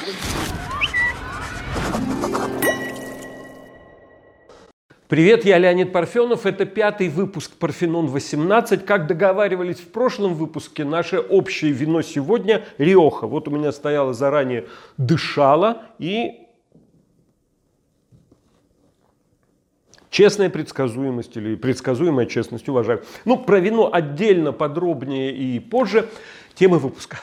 Привет, я Леонид Парфенов. Это 5-й выпуск «Парфенон-18». Как договаривались в прошлом выпуске, наше общее вино сегодня – Риоха. Вот у меня стояло заранее дышало и честная предсказуемость или предсказуемая честность, уважаю. Ну, про вино отдельно, подробнее и позже. Темы выпуска.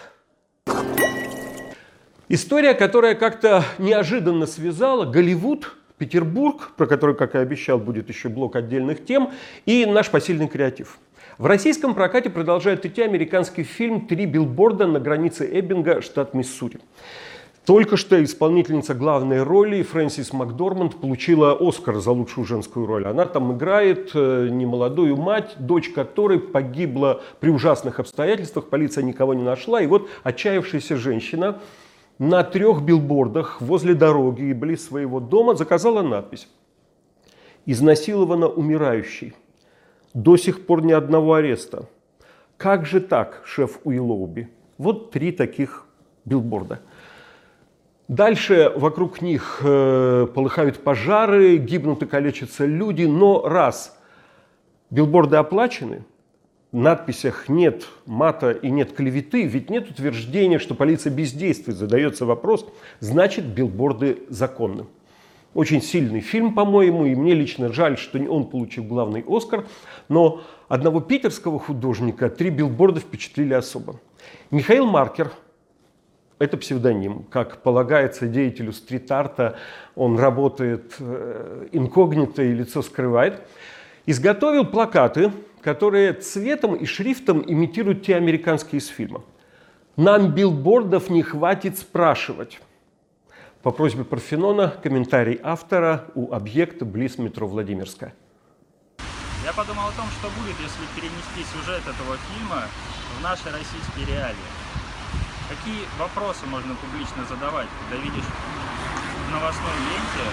История, которая как-то неожиданно связала Голливуд, Петербург, про который, как и обещал, будет еще блок отдельных тем, и наш посильный креатив. В российском прокате продолжает идти американский фильм «Три билборда на границе Эббинга, штат Миссури». Только что исполнительница главной роли Фрэнсис Макдорманд получила Оскар за лучшую женскую роль. Она там играет немолодую мать, дочь которой погибла при ужасных обстоятельствах, полиция никого не нашла. И вот отчаявшаяся женщина на 3 билбордах возле дороги и близ своего дома заказала надпись: «Изнасилована умирающей. До сих пор ни одного ареста. Как же так, шеф Уиллоуби?» Вот 3 таких билборда. Дальше вокруг них полыхают пожары, гибнут и калечатся люди. Но раз билборды оплачены, в надписях нет мата и нет клеветы, ведь нет утверждения, что полиция бездействует, задается вопрос, значит, билборды законны. Очень сильный фильм, по-моему, и мне лично жаль, что он получил главный Оскар, но одного питерского художника 3 билборда впечатлили особо. Михаил Маркер, это псевдоним, как полагается деятелю стрит-арта, он работает инкогнито и лицо скрывает, изготовил плакаты, которые цветом и шрифтом имитируют те американские из фильма. «Нам билбордов не хватит спрашивать». По просьбе Парфенона комментарий автора у объекта близ метро Владимирская. Я подумал о том, что будет, если перенести сюжет этого фильма в наши российские реалии. Какие вопросы можно публично задавать, когда видишь в новостной ленте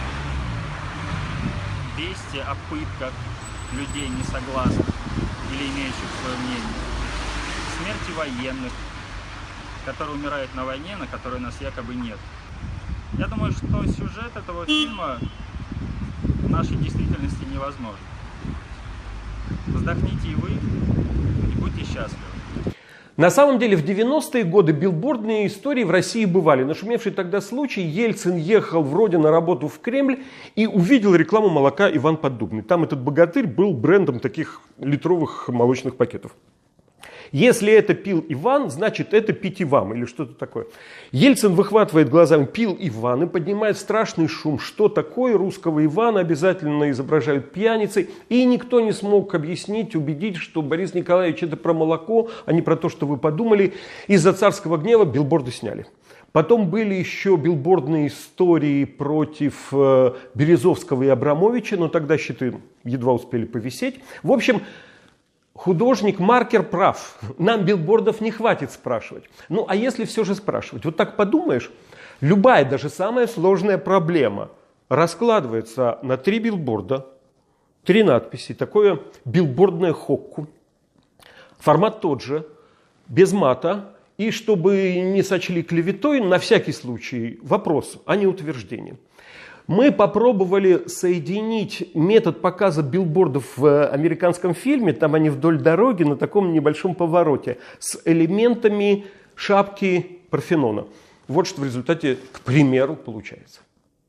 вести о пытках людей несогласных или имеющих свое мнение, смерти военных, которые умирают на войне, на которой нас якобы нет. Я думаю, что сюжет этого фильма в нашей действительности невозможен. Вздохните и вы, и будьте счастливы. На самом деле в 90-е годы билбордные истории в России бывали. Нашумевший тогда случай: Ельцин ехал вроде на работу в Кремль и увидел рекламу молока «Иван Поддубный». Там этот богатырь был брендом таких литровых молочных пакетов. Если это пил Иван, значит это пить и вам или что-то такое. Ельцин выхватывает глазами «пил Иван» и поднимает страшный шум. Что такое? Русского Ивана обязательно изображают пьяницей. И никто не смог объяснить, убедить, что Борис Николаевич это про молоко, а не про то, что вы подумали. Из-за царского гнева билборды сняли. Потом были еще билбордные истории против Березовского и Абрамовича, но тогда щиты едва успели повисеть. В общем, художник Маркер прав. Нам билбордов не хватит спрашивать. Ну, а если все же спрашивать? Вот так подумаешь, любая, даже самая сложная проблема раскладывается на 3 билборда, 3 надписи, такое билбордное хокку. Формат тот же, без мата. И чтобы не сочли клеветой, на всякий случай вопрос, а не утверждение. Мы попробовали соединить метод показа билбордов в американском фильме, там они вдоль дороги на таком небольшом повороте, с элементами шапки Парфенона. Вот что в результате, к примеру, получается.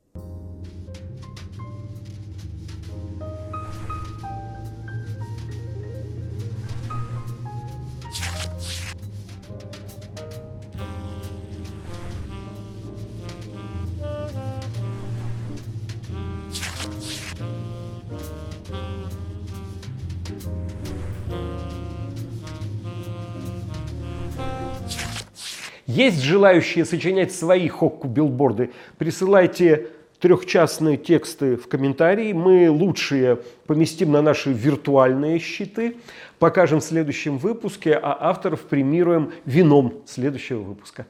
Есть желающие сочинять свои хокку-билборды? Присылайте 3-частные тексты в комментарии. Мы лучшие поместим на наши виртуальные щиты. Покажем в следующем выпуске, а авторов премируем вином следующего выпуска.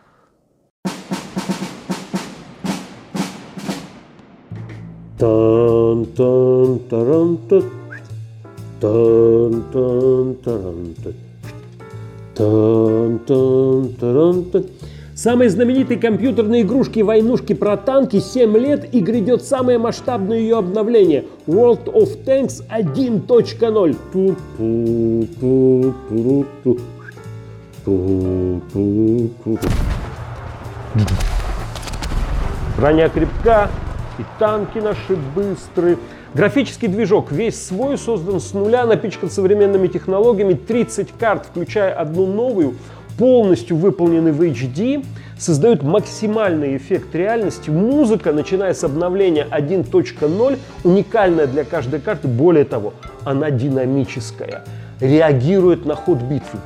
Тан-тан-таран-тат. Тан-тан-таран-тат. Тан-тан-таран-тат. Самой знаменитой компьютерной игрушки войнушки про танки 7 лет, и грядет самое масштабное ее обновление – World of Tanks 1.0. Броня крепка, и танки наши быстрые. Графический движок весь свой создан с нуля, напичкан современными технологиями, 30 карт, включая одну новую, полностью выполнены в HD, создают максимальный эффект реальности. Музыка, начиная с обновления 1.0, уникальная для каждой карты. Более того, она динамическая, реагирует на ход битвы.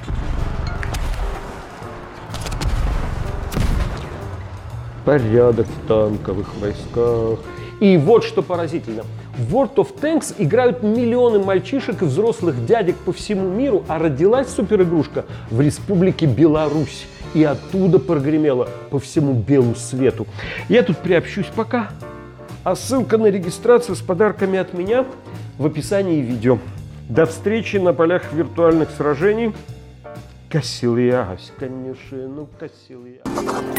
Порядок в танковых войсках. И вот что поразительно. В World of Tanks играют миллионы мальчишек и взрослых дядек по всему миру, а родилась суперигрушка в Республике Беларусь. И оттуда прогремела по всему белу свету. Я тут приобщусь пока. А ссылка на регистрацию с подарками от меня в описании видео. До встречи на полях виртуальных сражений. Косилягась, конечно, ну косилягась.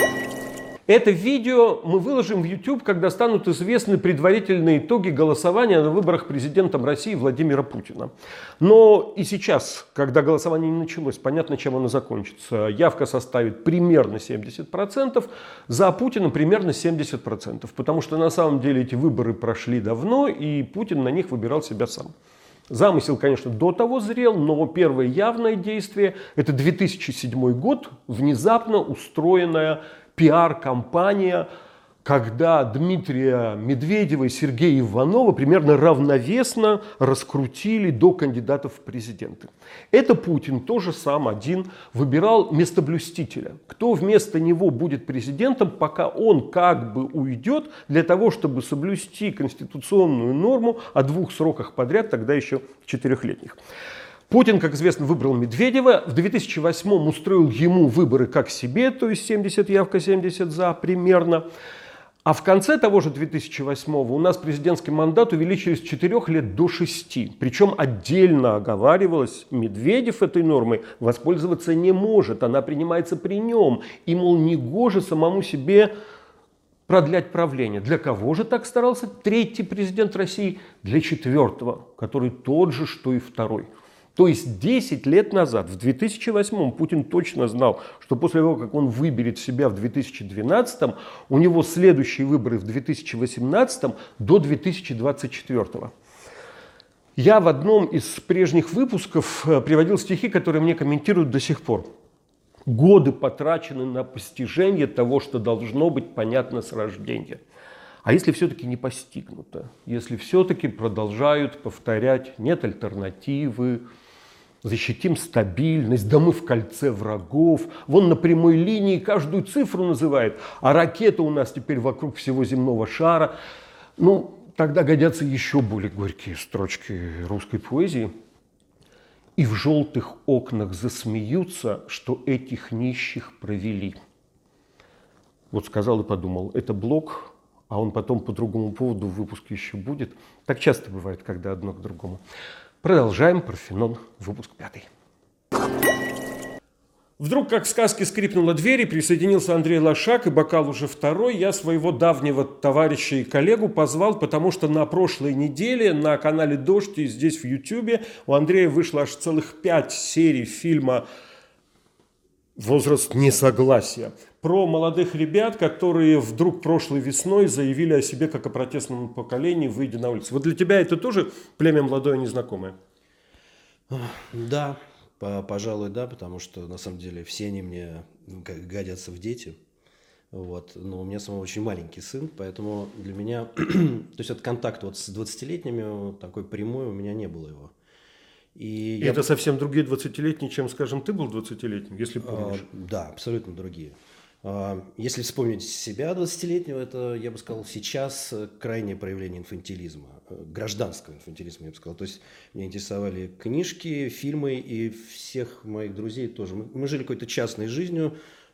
Это видео мы выложим в YouTube, когда станут известны предварительные итоги голосования на выборах президентом России Владимира Путина. Но и сейчас, когда голосование не началось, понятно, чем оно закончится. Явка составит примерно 70%, за Путина примерно 70%. Потому что на самом деле эти выборы прошли давно, и Путин на них выбирал себя сам. Замысел, конечно, до того зрел, но первое явное действие – это 2007 год, внезапно устроенная пиар-компания, когда Дмитрия Медведева и Сергея Иванова примерно равновесно раскрутили до кандидатов в президенты. Это Путин тоже сам один выбирал местоблюстителя. Кто вместо него будет президентом, пока он как бы уйдет, для того, чтобы соблюсти конституционную норму о 2 сроках подряд, тогда еще 4-летних. Путин, как известно, выбрал Медведева, в 2008-м устроил ему выборы как себе, то есть 70 явка, 70 за примерно. А в конце того же 2008-го у нас президентский мандат увеличили с 4 лет до 6. Причем отдельно оговаривалось, Медведев этой нормой воспользоваться не может, она принимается при нем. И, мол, негоже самому себе продлять правление. Для кого же так старался третий президент России? Для 4-го, который тот же, что и 2-й. То есть 10 лет назад, в 2008-м, Путин точно знал, что после того, как он выберет себя в 2012-м, у него следующие выборы в 2018-м до 2024-го. Я в одном из прежних выпусков приводил стихи, которые мне комментируют до сих пор. Годы потрачены на постижение того, что должно быть понятно с рождения. А если все-таки не постигнуто? Если все-таки продолжают повторять «нет альтернативы», защитим стабильность, да мы в кольце врагов, вон на прямой линии каждую цифру называет, а ракета у нас теперь вокруг всего земного шара. Ну, тогда годятся еще более горькие строчки русской поэзии. И в желтых окнах засмеются, что этих нищих провели. Вот сказал и подумал, это блог, а он потом по другому поводу в выпуске еще будет. Так часто бывает, когда одно к другому. Продолжаем Парфенон, выпуск 5. Вдруг, как в сказке, скрипнула дверь, и присоединился Андрей Лошак, и бокал уже 2. Я своего давнего товарища и коллегу позвал, потому что на прошлой неделе на канале «Дождь» и здесь в Ютубе у Андрея вышло аж целых 5 серий фильма «Возраст несогласия». Про молодых ребят, которые вдруг прошлой весной заявили о себе как о протестном поколении, выйдя на улицу. Вот для тебя это тоже племя молодое незнакомое? Да, пожалуй, да, потому что на самом деле все они мне годятся в дети. Вот. Но у меня самого очень маленький сын, поэтому для меня, то есть от контакта вот с 20-летними такой прямой у меня не было его. И это совсем другие 20-летние, чем, скажем, ты был 20-летним, если помнишь. Да, абсолютно другие. Если вспомнить себя 20-летнего, это, я бы сказал, сейчас крайнее проявление инфантилизма, гражданского инфантилизма, я бы сказал. То есть меня интересовали книжки, фильмы, и всех моих друзей тоже. Мы жили какой-то частной жизнью,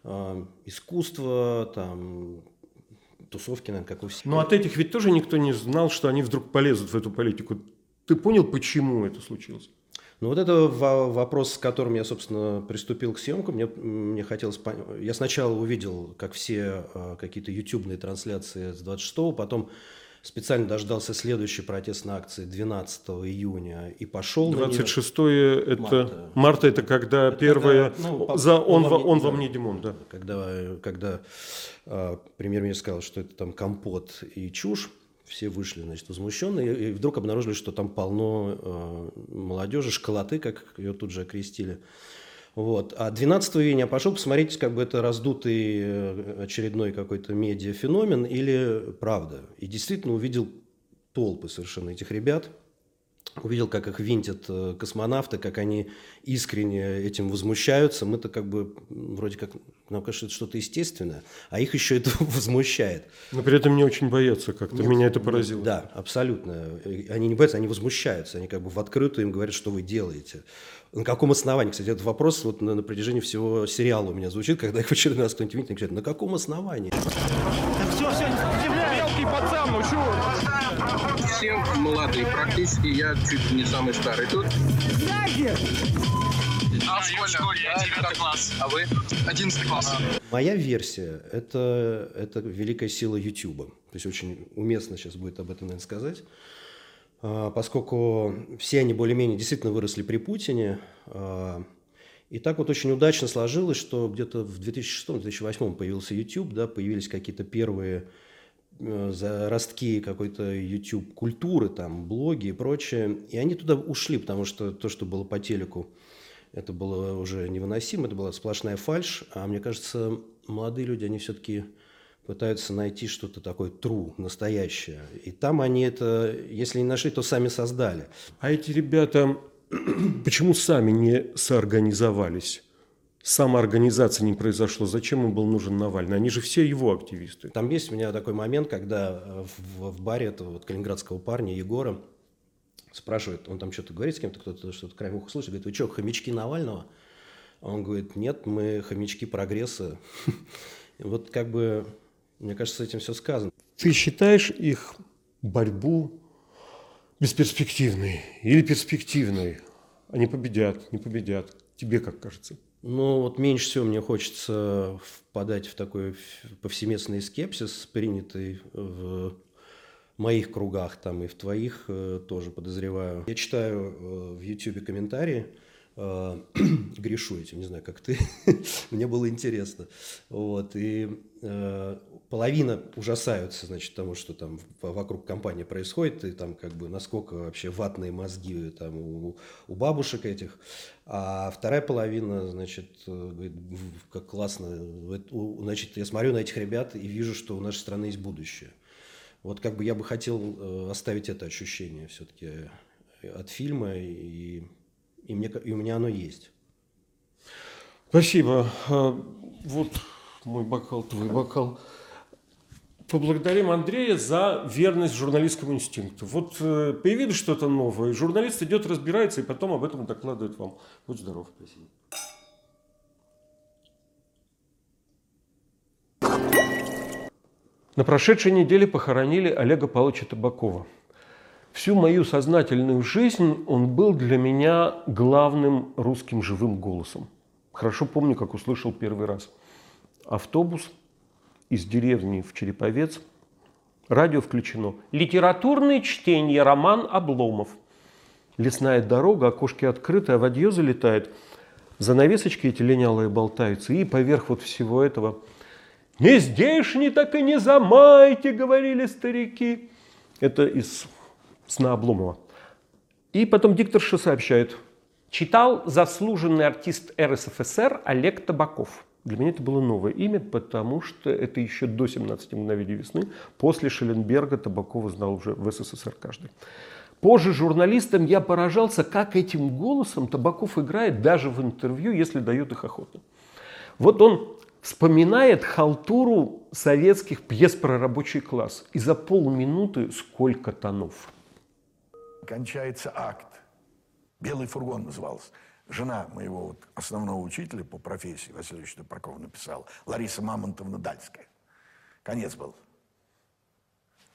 искусство, там, тусовки, наверное, как у всех. Но от этих ведь тоже никто не знал, что они вдруг полезут в эту политику. Ты понял, почему это случилось? Ну, вот это вопрос, с которым я, собственно, приступил к съемкам. Мне хотелось понять. Я сначала увидел, как все какие-то ютубные трансляции с 26-го, потом специально дождался следующей протестной акции 12 июня и пошел на нее. 26-е это марта, это когда первое «Он во мне, Димон», да. Когда премьер-министр сказал, что это там компот и чушь, все вышли, значит, возмущенные, и вдруг обнаружили, что там полно молодежи, школоты, как ее тут же окрестили. Вот. А 12 июня я пошел посмотреть, как бы это раздутый очередной какой-то медиафеномен или правда. И действительно увидел толпы совершенно этих ребят. Увидел, как их винтят космонавты, как они искренне этим возмущаются. Мы-то как бы вроде как, нам кажется, это что-то естественное, а их еще это возмущает. Но при этом не очень боятся как-то. Меня это поразило. Да, абсолютно. Они не боятся, они возмущаются. Они как бы в открытую им говорят, что вы делаете. На каком основании? Кстати, этот вопрос вот на протяжении всего сериала у меня звучит, когда их в очередной раз кто-нибудь видит, они говорят, на каком основании? Все, мелкий пацан, ну чего? Все молодые практически, я чуть не самый старый тут. А в школе? Я 9 класс. А вы? 11 класс. Моя версия – это великая сила Ютуба. То есть очень уместно сейчас будет об этом, наверное, сказать. Поскольку все они более-менее действительно выросли при Путине. И так вот очень удачно сложилось, что где-то в 2006-2008 появился YouTube, да, появились какие-то первые ростки какой-то YouTube-культуры, там, блоги и прочее. И они туда ушли, потому что то, что было по телеку, это было уже невыносимо, это была сплошная фальшь. А мне кажется, молодые люди, они все-таки пытаются найти что-то такое true, настоящее. И там они это, если не нашли, то сами создали. А эти ребята почему сами не соорганизовались? Самоорганизация не произошло. Зачем им был нужен Навальный? Они же все его активисты. Там есть у меня такой момент, когда в баре этого вот калининградского парня Егора спрашивает, он там что-то говорит с кем-то, кто-то что-то краем уха слышит, говорит, вы что, хомячки Навального? Он говорит, нет, мы хомячки прогресса. Вот как бы, мне кажется, с этим все сказано. Ты считаешь их борьбу бесперспективной или перспективной? Они победят, не победят. Тебе как кажется? Ну, вот меньше всего мне хочется впадать в такой повсеместный скепсис, принятый в моих кругах там и в твоих тоже, подозреваю. Я читаю в Ютубе комментарии, грешу этим, не знаю, как ты, мне было интересно. Вот, и половина ужасаются, значит, тому, что там вокруг компании происходит, и там как бы насколько вообще ватные мозги там у бабушек этих. А вторая половина, значит, говорит, как классно, значит, я смотрю на этих ребят и вижу, что у нашей страны есть будущее. Вот как бы я бы хотел оставить это ощущение все-таки от фильма, и у меня оно есть. Спасибо. Вот мой бокал, твой бокал. Поблагодарим Андрея за верность журналистскому инстинкту. Вот появилось что-то новое, журналист идет, разбирается и потом об этом докладывает вам. Будь здоров. Спасибо. На прошедшей неделе похоронили Олега Павловича Табакова. Всю мою сознательную жизнь он был для меня главным русским живым голосом. Хорошо помню, как услышал первый раз. Автобус из деревни в Череповец. Радио включено. Литературное чтение, роман Обломов. Лесная дорога, окошки открыты, а водье залетает. Занавесочки эти линялые болтаются. И поверх вот всего этого «Не здешний, так и не замайте», говорили старики. Это из сна Обломова. И потом дикторша сообщает. Читал заслуженный артист РСФСР Олег Табаков. Для меня это было новое имя, потому что это еще до 17 мгновений весны. После Шелленберга Табакова знал уже в СССР каждый. Позже журналистам я поражался, как этим голосом Табаков играет даже в интервью, если дает их охотно. Вот он вспоминает халтуру советских пьес про рабочий класс. И за полминуты сколько тонов. Кончается акт. «Белый фургон» назывался. Жена моего вот основного учителя по профессии, Василия Ильича Топоркова, написала, Лариса Мамонтовна Дальская. Конец был.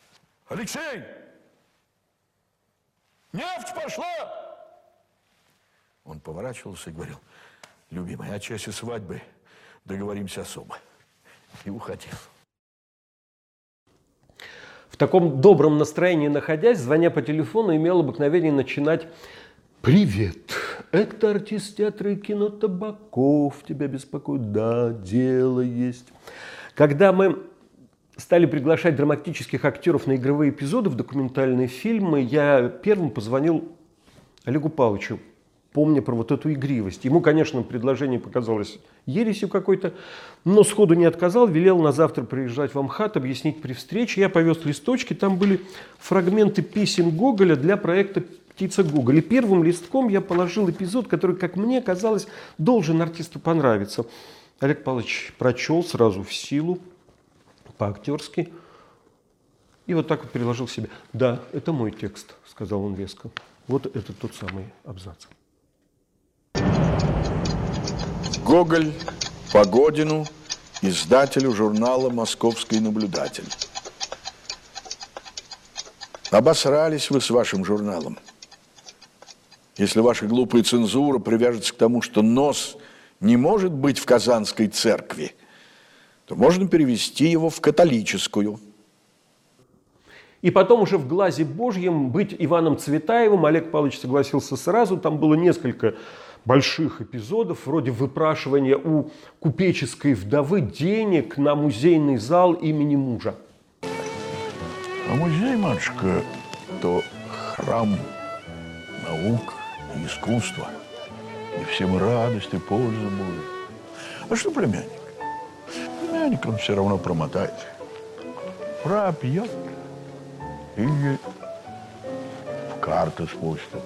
Алексей! Нефть пошла! Он поворачивался и говорил: любимая, о часе свадьбы договоримся особо. И уходил. В таком добром настроении находясь, звоня по телефону, имел обыкновение начинать: «Привет, это артист театра и кино Табаков. Тебя беспокоит? Да, дело есть». Когда мы стали приглашать драматических актеров на игровые эпизоды в документальные фильмы, я первым позвонил Олегу Павловичу, помня про вот эту игривость. Ему, конечно, предложение показалось ересью какой-то, но сходу не отказал, велел на завтра приезжать в МХАТ, объяснить при встрече. Я повез листочки, там были фрагменты песен Гоголя для проекта «Птица Гоголь». И первым листком я положил эпизод, который, как мне казалось, должен артисту понравиться. Олег Павлович прочел сразу в силу, по-актерски, и вот так вот переложил себе. «Да, это мой текст», — сказал он веско. Вот это тот самый абзац. Гоголь Погодину, издателю журнала «Московский наблюдатель». Обосрались вы с вашим журналом. Если ваша глупая цензура привяжется к тому, что нос не может быть в Казанской церкви, то можно перевести его в католическую. И потом уже в «Глазе Божьем» быть Иваном Цветаевым Олег Павлович согласился сразу. Там было несколько больших эпизодов, вроде выпрашивания у купеческой вдовы денег на музейный зал имени мужа. А музей, матушка, то храм наук и искусства. И всем радость и польза будет. А что племянник? Племянник он все равно промотает. Пропьет или в карты спустит.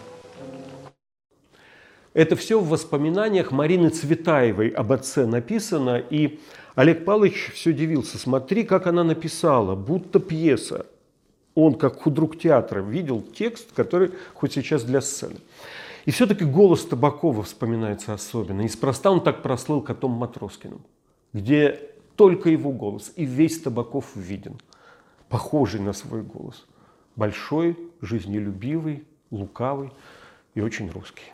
Это все в воспоминаниях Марины Цветаевой об отце написано, и Олег Павлович все дивился. Смотри, как она написала, будто пьеса. Он, как худрук театра, видел текст, который хоть сейчас для сцены. И все-таки голос Табакова вспоминается особенно. Неспроста он так прослыл котом Матроскиным, где только его голос, и весь Табаков виден, похожий на свой голос. Большой, жизнелюбивый, лукавый и очень русский.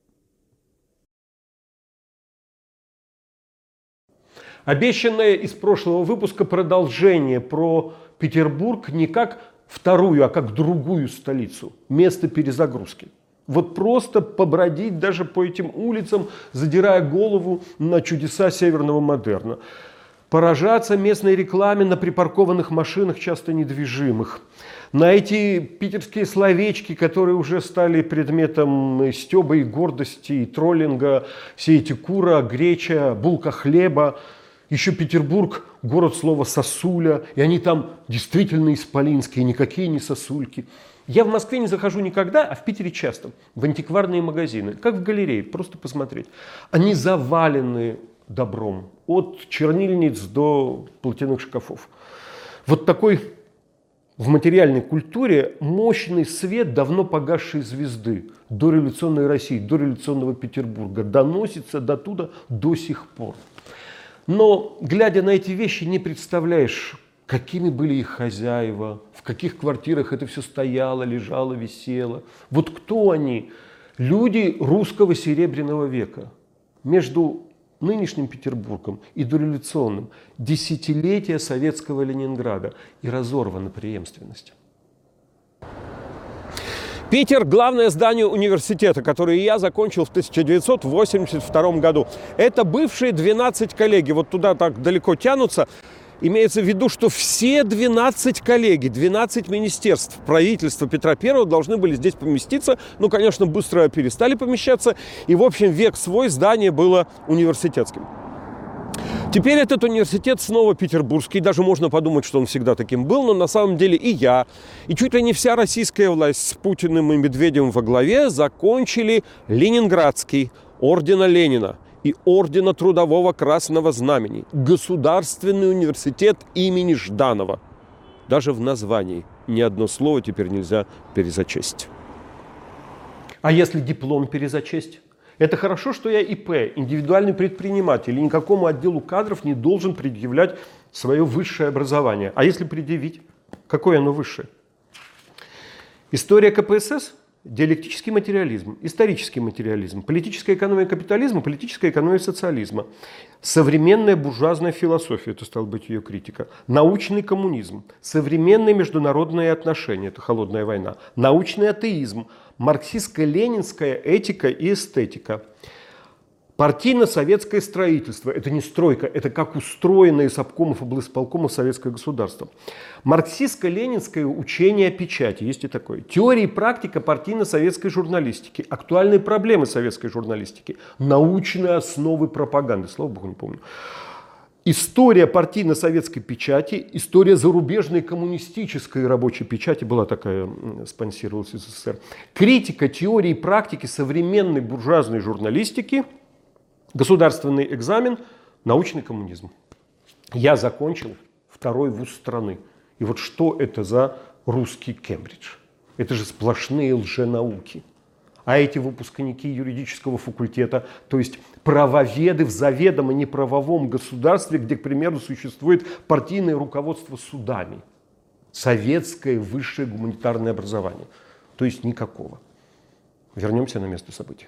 Обещанное из прошлого выпуска продолжение про Петербург не как вторую, а как другую столицу, место перезагрузки. Вот просто побродить даже по этим улицам, задирая голову на чудеса северного модерна. Поражаться местной рекламе на припаркованных машинах, часто недвижимых. На эти питерские словечки, которые уже стали предметом стёба и гордости, и троллинга. Все эти кура, греча, булка хлеба. Еще Петербург – город слова «сосуля», и они там действительно исполинские, никакие не сосульки. Я в Москве не захожу никогда, а в Питере часто, в антикварные магазины, как в галерее, просто посмотреть. Они завалены добром, от чернильниц до платяных шкафов. Вот такой в материальной культуре мощный свет давно погасшей звезды дореволюционной России, дореволюционного Петербурга доносится до туда до сих пор. Но, глядя на эти вещи, не представляешь, какими были их хозяева, в каких квартирах это все стояло, лежало, висело. Вот кто они? Люди русского серебряного века. Между нынешним Петербургом и дореволюционным десятилетия советского Ленинграда и разорвана преемственность. Питер – главное здание университета, которое я закончил в 1982 году. Это бывшие 12 коллегий. Вот туда так далеко тянутся. Имеется в виду, что все 12 коллегий, 12 министерств правительства Петра I должны были здесь поместиться. Ну, конечно, быстро перестали помещаться. И, в общем, век свой здание было университетским. Теперь этот университет снова петербургский. Даже можно подумать, что он всегда таким был. Но на самом деле и я, и чуть ли не вся российская власть с Путиным и Медведевым во главе закончили Ленинградский, ордена Ленина и ордена Трудового Красного Знамени. Государственный университет имени Жданова. Даже в названии ни одно слово теперь нельзя перезачесть. А если диплом перезачесть? Это хорошо, что я ИП, индивидуальный предприниматель, и никакому отделу кадров не должен предъявлять свое высшее образование. А если предъявить, какое оно высшее? История КПСС? диалектический материализм, исторический материализм, политическая экономия капитализма, политическая экономия социализма, современная буржуазная философия, это стала быть ее критика, научный коммунизм, современные международные отношения, это холодная война, научный атеизм, марксистско-ленинская этика и эстетика, партийно-советское строительство, это не стройка, это как устроено из обкомов, облсполкомов советское государство. Марксистско-ленинское учение о печати, есть и такое. Теория и практика партийно-советской журналистики, актуальные проблемы советской журналистики, научные основы пропаганды, слава богу, не помню. История партийно-советской печати, история зарубежной коммунистической рабочей печати, была такая, спонсировалась СССР. Критика теории и практики современной буржуазной журналистики, государственный экзамен, научный коммунизм. Я закончил второй вуз страны. И вот что это за русский Кембридж? Это же сплошные лженауки. А эти выпускники юридического факультета, то есть правоведы в заведомо неправовом государстве, где, к примеру, существует партийное руководство судами. Советское высшее гуманитарное образование. То есть никакого. Вернемся на место событий.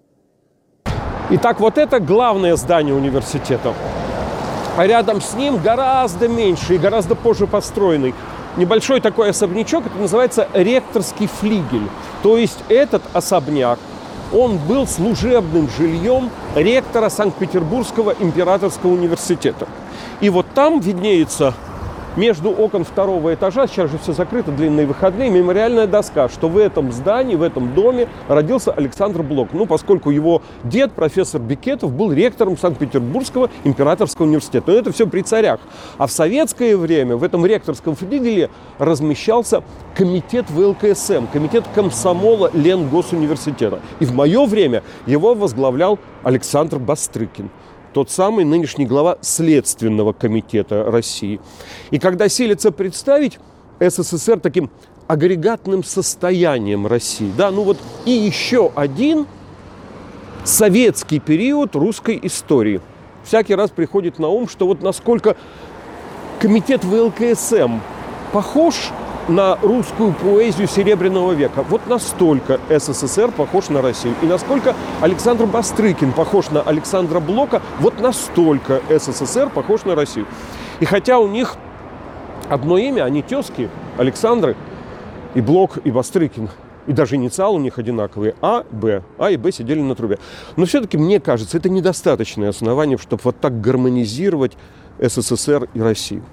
Итак, вот это главное здание университета. А рядом с ним гораздо меньше и гораздо позже построенный небольшой такой особнячок, это называется ректорский флигель. То есть этот особняк, он был служебным жильем ректора Санкт-Петербургского императорского университета. И вот там виднеется между окон второго этажа, сейчас же все закрыто, длинные выходные, мемориальная доска, что в этом здании, в этом доме родился Александр Блок. Ну, поскольку его дед, профессор Бекетов, был ректором Санкт-Петербургского императорского университета. Но это все при царях. А в советское время в этом ректорском флигеле размещался комитет ВЛКСМ, комитет комсомола Ленгосуниверситета. И в мое время его возглавлял Александр Бастрыкин. Тот самый нынешний глава Следственного комитета России. И когда силится представить СССР таким агрегатным состоянием России, да, ну вот и еще один советский период русской истории. Всякий раз приходит на ум, что вот насколько комитет ВЛКСМ похож на русскую поэзию Серебряного века. Вот настолько СССР похож на Россию. И насколько Александр Бастрыкин похож на Александра Блока, вот настолько СССР похож на Россию. И хотя у них одно имя, они тезки, Александры, и Блок, и Бастрыкин, и даже инициал у них одинаковые, А, Б. А и Б сидели на трубе. Но все-таки, мне кажется, это недостаточное основание, чтобы вот так гармонизировать СССР и Россию.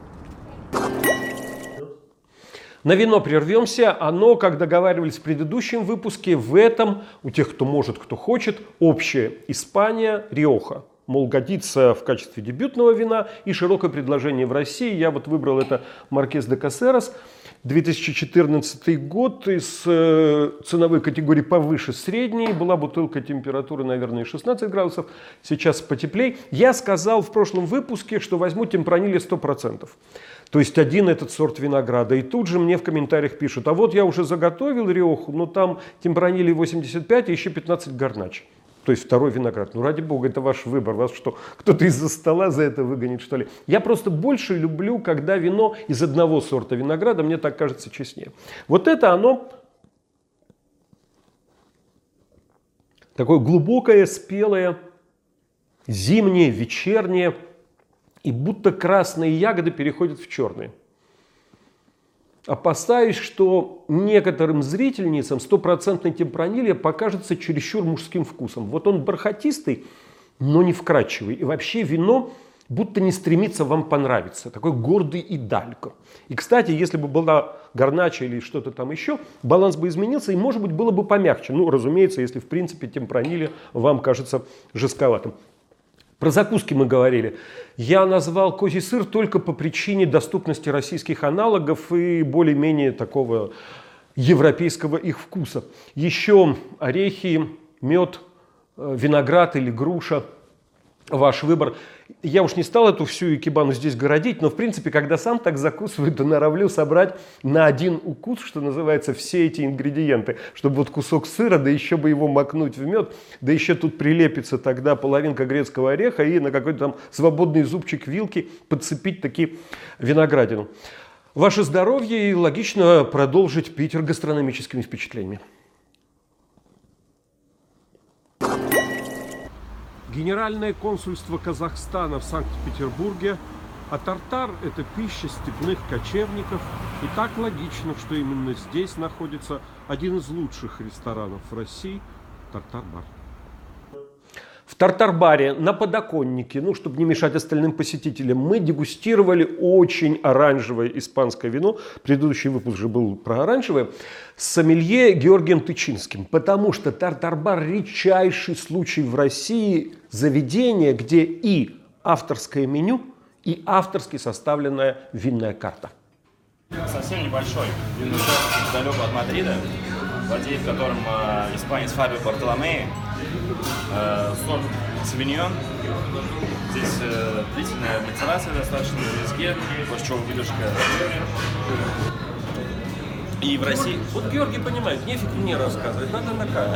На вино прервемся. Оно, как договаривались в предыдущем выпуске, в этом, у тех, кто может, кто хочет, общее. Испания, Риоха. Мол, годится в качестве дебютного вина и широкое предложение в России. Я вот выбрал это Маркес де Касерас. 2014 год, из ценовой категории повыше средней. Была бутылка температуры, наверное, 16 градусов. Сейчас потеплей. Я сказал в прошлом выпуске, что возьму темпраниле 100%. То есть один этот сорт винограда. И тут же мне в комментариях пишут, а вот я уже заготовил Риоху, но там темпраниле 85 и еще 15 гарнач. То есть второй виноград. Ну, ради бога, это ваш выбор. Вас что, кто-то из-за стола за это выгонит, что ли? Я просто больше люблю, когда вино из одного сорта винограда, мне так кажется, честнее. Вот это оно такое глубокое, спелое, зимнее, вечернее. И будто красные ягоды переходят в черные. Опасаюсь, что некоторым зрительницам 100% темпранилья покажется чересчур мужским вкусом. Вот он бархатистый, но не вкрадчивый. И вообще вино будто не стремится вам понравиться. Такой гордый и далько. И, кстати, если бы была гарнача или что-то там еще, баланс бы изменился и, может быть, было бы помягче. Ну, разумеется, если, в принципе, темпранилья вам кажется жестковатым. Про закуски мы говорили. Я назвал козий сыр только по причине доступности российских аналогов и более-менее такого европейского их вкуса. Еще орехи, мед, виноград или груша. Ваш выбор. Я уж не стал эту всю икебану здесь городить, но в принципе, когда сам так закусываю, то норовлю собрать на один укус, что называется, все эти ингредиенты. Чтобы вот кусок сыра, да еще бы его макнуть в мед, да еще тут прилепится тогда половинка грецкого ореха и на какой-то там свободный зубчик вилки подцепить таки виноградину. Ваше здоровье и логично продолжить Питер гастрономическими впечатлениями. Генеральное консульство Казахстана в Санкт-Петербурге, а тартар – это пища степных кочевников. И так логично, что именно здесь находится один из лучших ресторанов в России – Тартар-бар. В Тартар-баре на подоконнике, чтобы не мешать остальным посетителям, мы дегустировали очень оранжевое испанское вино. Предыдущий выпуск же был про оранжевое. С сомелье Георгием Тычинским. Потому что Тартар-бар – редчайший случай в России заведения, где и авторское меню, и авторски составленная винная карта. Совсем небольшой винный шоп далеко от Мадрида, владеет которым испанец Фабио Бартоломеи. Сорт Савиньон. Здесь длительная мацерация достаточно на виске, после чего выдержка. И в России... Вот Георгий понимает, нефиг мне рассказывать, надо на камеру.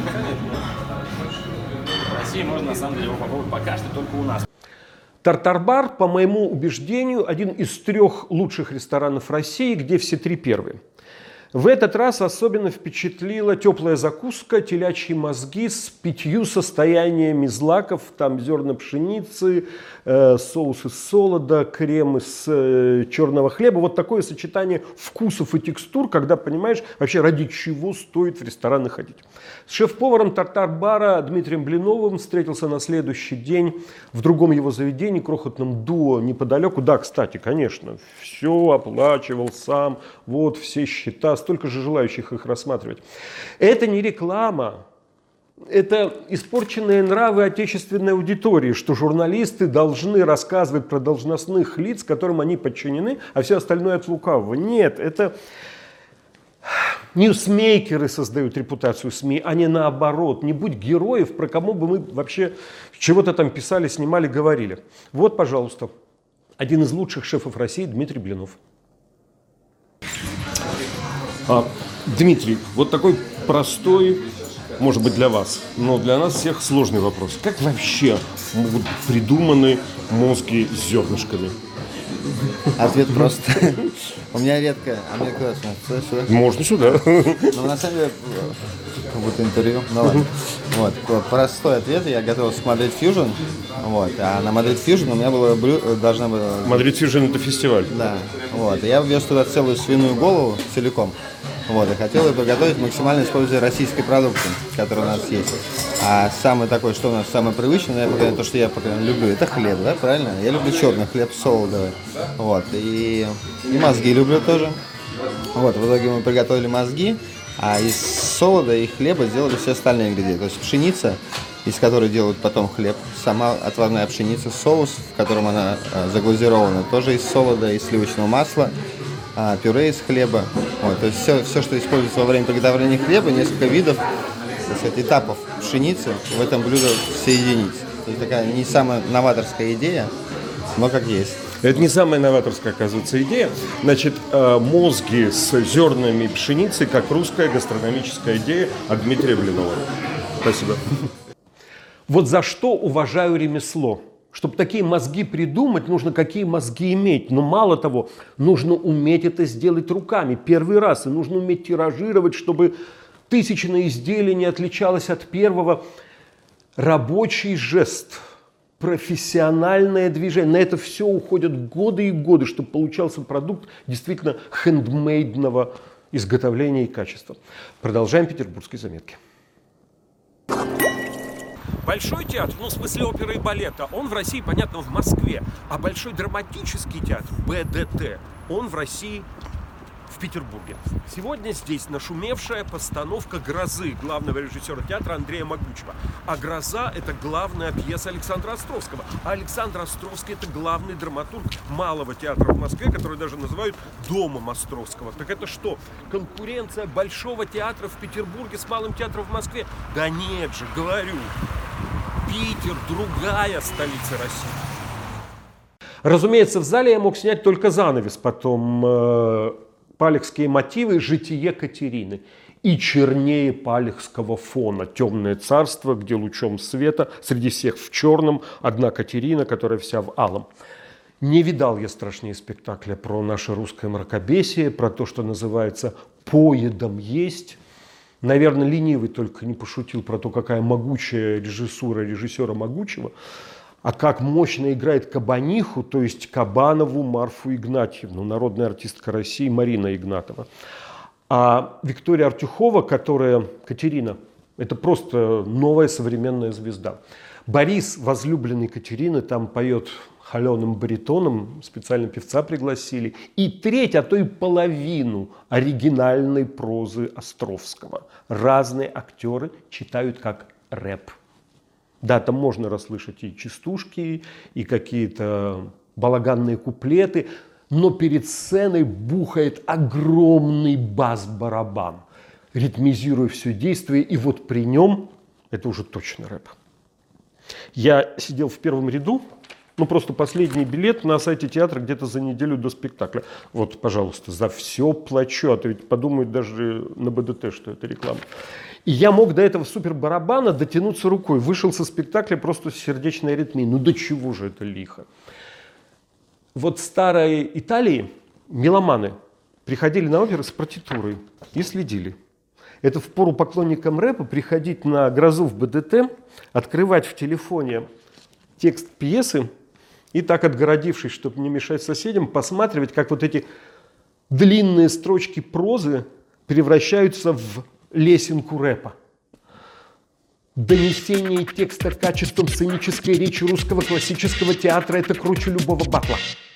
В России можно на самом деле его попробовать пока что только у нас. Тартар-бар, по моему убеждению, один из 3 лучших ресторанов России, где все 3 первые. В этот раз особенно впечатлила теплая закуска, телячьи мозги с 5 состояниями злаков, там зерна пшеницы, соус из солода, крем из черного хлеба. Вот такое сочетание вкусов и текстур, когда понимаешь вообще, ради чего стоит в рестораны ходить. С шеф-поваром Тартар-бара Дмитрием Блиновым встретился на следующий день в другом его заведении, крохотном дуо неподалеку. Да, кстати, конечно, все оплачивал сам, вот все счета, столько же желающих их рассматривать. Это не реклама, это испорченные нравы отечественной аудитории, что журналисты должны рассказывать про должностных лиц, которым они подчинены, а все остальное от лукавого. Нет, это ньюсмейкеры создают репутацию СМИ, а не наоборот. Не будь героев, про кому бы мы вообще чего-то там писали, снимали, говорили. Вот, пожалуйста, один из лучших шефов России Дмитрий Блинов. Дмитрий, вот такой простой, может быть, для вас, но для нас всех сложный вопрос. Как вообще могут быть придуманы мозги с зернышками? Ответ прост. У меня редко. А мне куда сюда? Можно сюда. Ну, на самом деле, как будто интервью. Ну ладно. Вот. Простой ответ. Я готовился к Madrid Fusion. Вот. А на Madrid Fusion у меня должна была... Madrid Fusion — это фестиваль. Да. Вот. Я ввез туда целую свиную голову целиком. Вот. И хотел ее приготовить, максимально используя российской продукции, которая у нас есть. А самый такой, что у нас самое привычное, то, что я люблю, это хлеб, да, правильно? Я люблю черный хлеб солодовый. Вот. И мозги люблю тоже. Вот. В итоге мы приготовили мозги, а из солода и хлеба сделали все остальные ингредиенты. То есть пшеница, из которой делают потом хлеб, сама отварная пшеница, соус, в котором она заглазирована, тоже из солода и сливочного масла, пюре из хлеба. Вот. То есть все, что используется во время приготовления хлеба, несколько видов, так сказать, этапов пшеницы в этом блюде соединить. То есть такая не самая новаторская идея, но как есть. Это не самая новаторская, оказывается, идея. Значит, мозги с зернами пшеницы, как русская гастрономическая идея от Дмитрия Блинова. Спасибо. Вот за что уважаю ремесло. Чтобы такие мозги придумать, нужно какие мозги иметь. Но мало того, нужно уметь это сделать руками. Первый раз. И нужно уметь тиражировать, чтобы тысячное изделие не отличалось от первого. Рабочий жест. Профессиональное движение. На это все уходят годы и годы, чтобы получался продукт действительно хендмейдного изготовления и качества. Продолжаем петербургские заметки. Большой театр, в смысле оперы и балета, он в России, понятно, в Москве. А Большой драматический театр, БДТ, он в России, в Петербурге. Сегодня здесь нашумевшая постановка «Грозы» главного режиссера театра Андрея Могучего. А «Гроза» — это главная пьеса Александра Островского. А Александр Островский — это главный драматург Малого театра в Москве, который даже называют «Домом Островского». Так это что, конкуренция Большого театра в Петербурге с Малым театром в Москве? Да нет же, говорю. Питер — другая столица России. Разумеется, в зале я мог снять только занавес, потом палехские мотивы, житие Катерины и чернее палехского фона, темное царство, где лучом света среди всех в черном одна Катерина, которая вся в алом. Не видал я страшнее спектакля про наше русское мракобесие, про то, что называется «поедом есть». Наверное, ленивый только не пошутил про то, какая могучая режиссура режиссера Могучего, а как мощно играет Кабаниху, то есть Кабанову Марфу Игнатьевну, народная артистка России Марина Игнатова. А Виктория Артюхова, которая Катерина, это просто новая современная звезда. Борис, возлюбленный Катерины, там поет холеным баритоном, специально певца пригласили. И треть, а то и половину оригинальной прозы Островского. Разные актеры читают как рэп. Да, там можно расслышать и частушки, и какие-то балаганные куплеты, но перед сценой бухает огромный бас-барабан, ритмизируя все действие, и вот при нем это уже точно рэп. Я сидел в первом ряду, ну просто последний билет на сайте театра где-то за неделю до спектакля. Вот, пожалуйста, за все плачу, а то ведь подумают даже на БДТ, что это реклама. И я мог до этого супер-барабана дотянуться рукой. Вышел со спектакля просто с сердечной аритмией. Ну до чего же это лихо? Вот в старой Италии меломаны приходили на оперы с партитурой и следили. Это впору поклонникам рэпа приходить на грозу в БДТ, открывать в телефоне текст пьесы и так, отгородившись, чтобы не мешать соседям, посматривать, как вот эти длинные строчки прозы превращаются в лесенку рэпа. Донесение текста качеством сценической речи русского классического театра – это круче любого батла.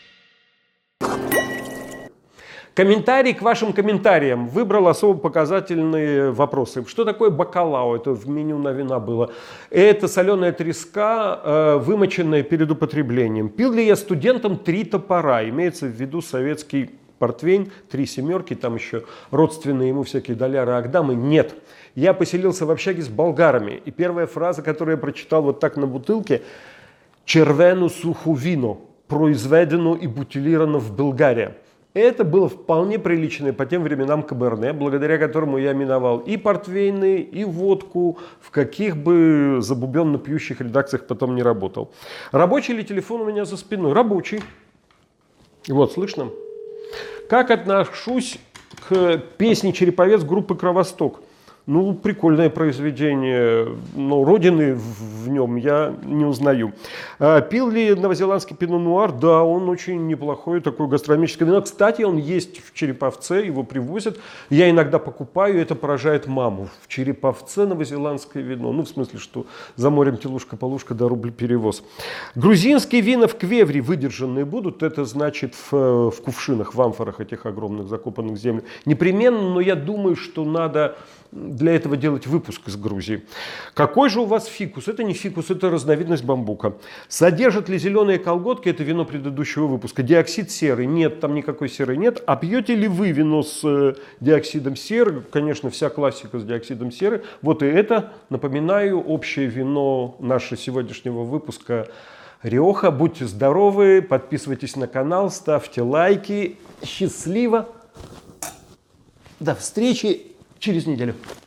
Комментарий к вашим комментариям. Выбрал особо показательные вопросы. Что такое бакалау? Это в меню на вина было. Это соленая треска, вымоченная перед употреблением. Пил ли я студентам 3 топора? Имеется в виду советский портвейн, 3 семерки, там еще родственные ему всякие доляры, агдамы. Нет. Я поселился в общаге с болгарами. И первая фраза, которую я прочитал вот так на бутылке: «Червену суху вино, произведено и бутилировано в Болгарии». Это было вполне приличное по тем временам каберне, благодаря которому я миновал и портвейны, и водку, в каких бы забубенно пьющих редакциях потом не работал. Рабочий ли телефон у меня за спиной? Рабочий. Вот, слышно? Как отношусь к песне «Череповец» группы «Кровосток»? Ну, прикольное произведение, но родины в нем я не узнаю. Пил ли новозеландский пино-нуар? Да, он очень неплохой, такое гастрономическое вино. Кстати, он есть в Череповце, его привозят. Я иногда покупаю, это поражает маму. В Череповце новозеландское вино. Ну, в смысле, что за морем телушка-полушка, да рубль перевоз. Грузинские вина в квевре выдержанные будут. Это значит в кувшинах, в амфорах этих огромных, закопанных в землю. Непременно, но я думаю, что надо для этого делать выпуск из Грузии. Какой же у вас фикус? Это не фикус, это разновидность бамбука. Содержат ли зеленые колготки, это вино предыдущего выпуска, диоксид серы? Нет, там никакой серы нет. А пьете ли вы вино с диоксидом серы? Конечно, вся классика с диоксидом серы. Вот и это, напоминаю, общее вино нашего сегодняшнего выпуска Риоха. Будьте здоровы, подписывайтесь на канал, ставьте лайки. Счастливо! До встречи через неделю.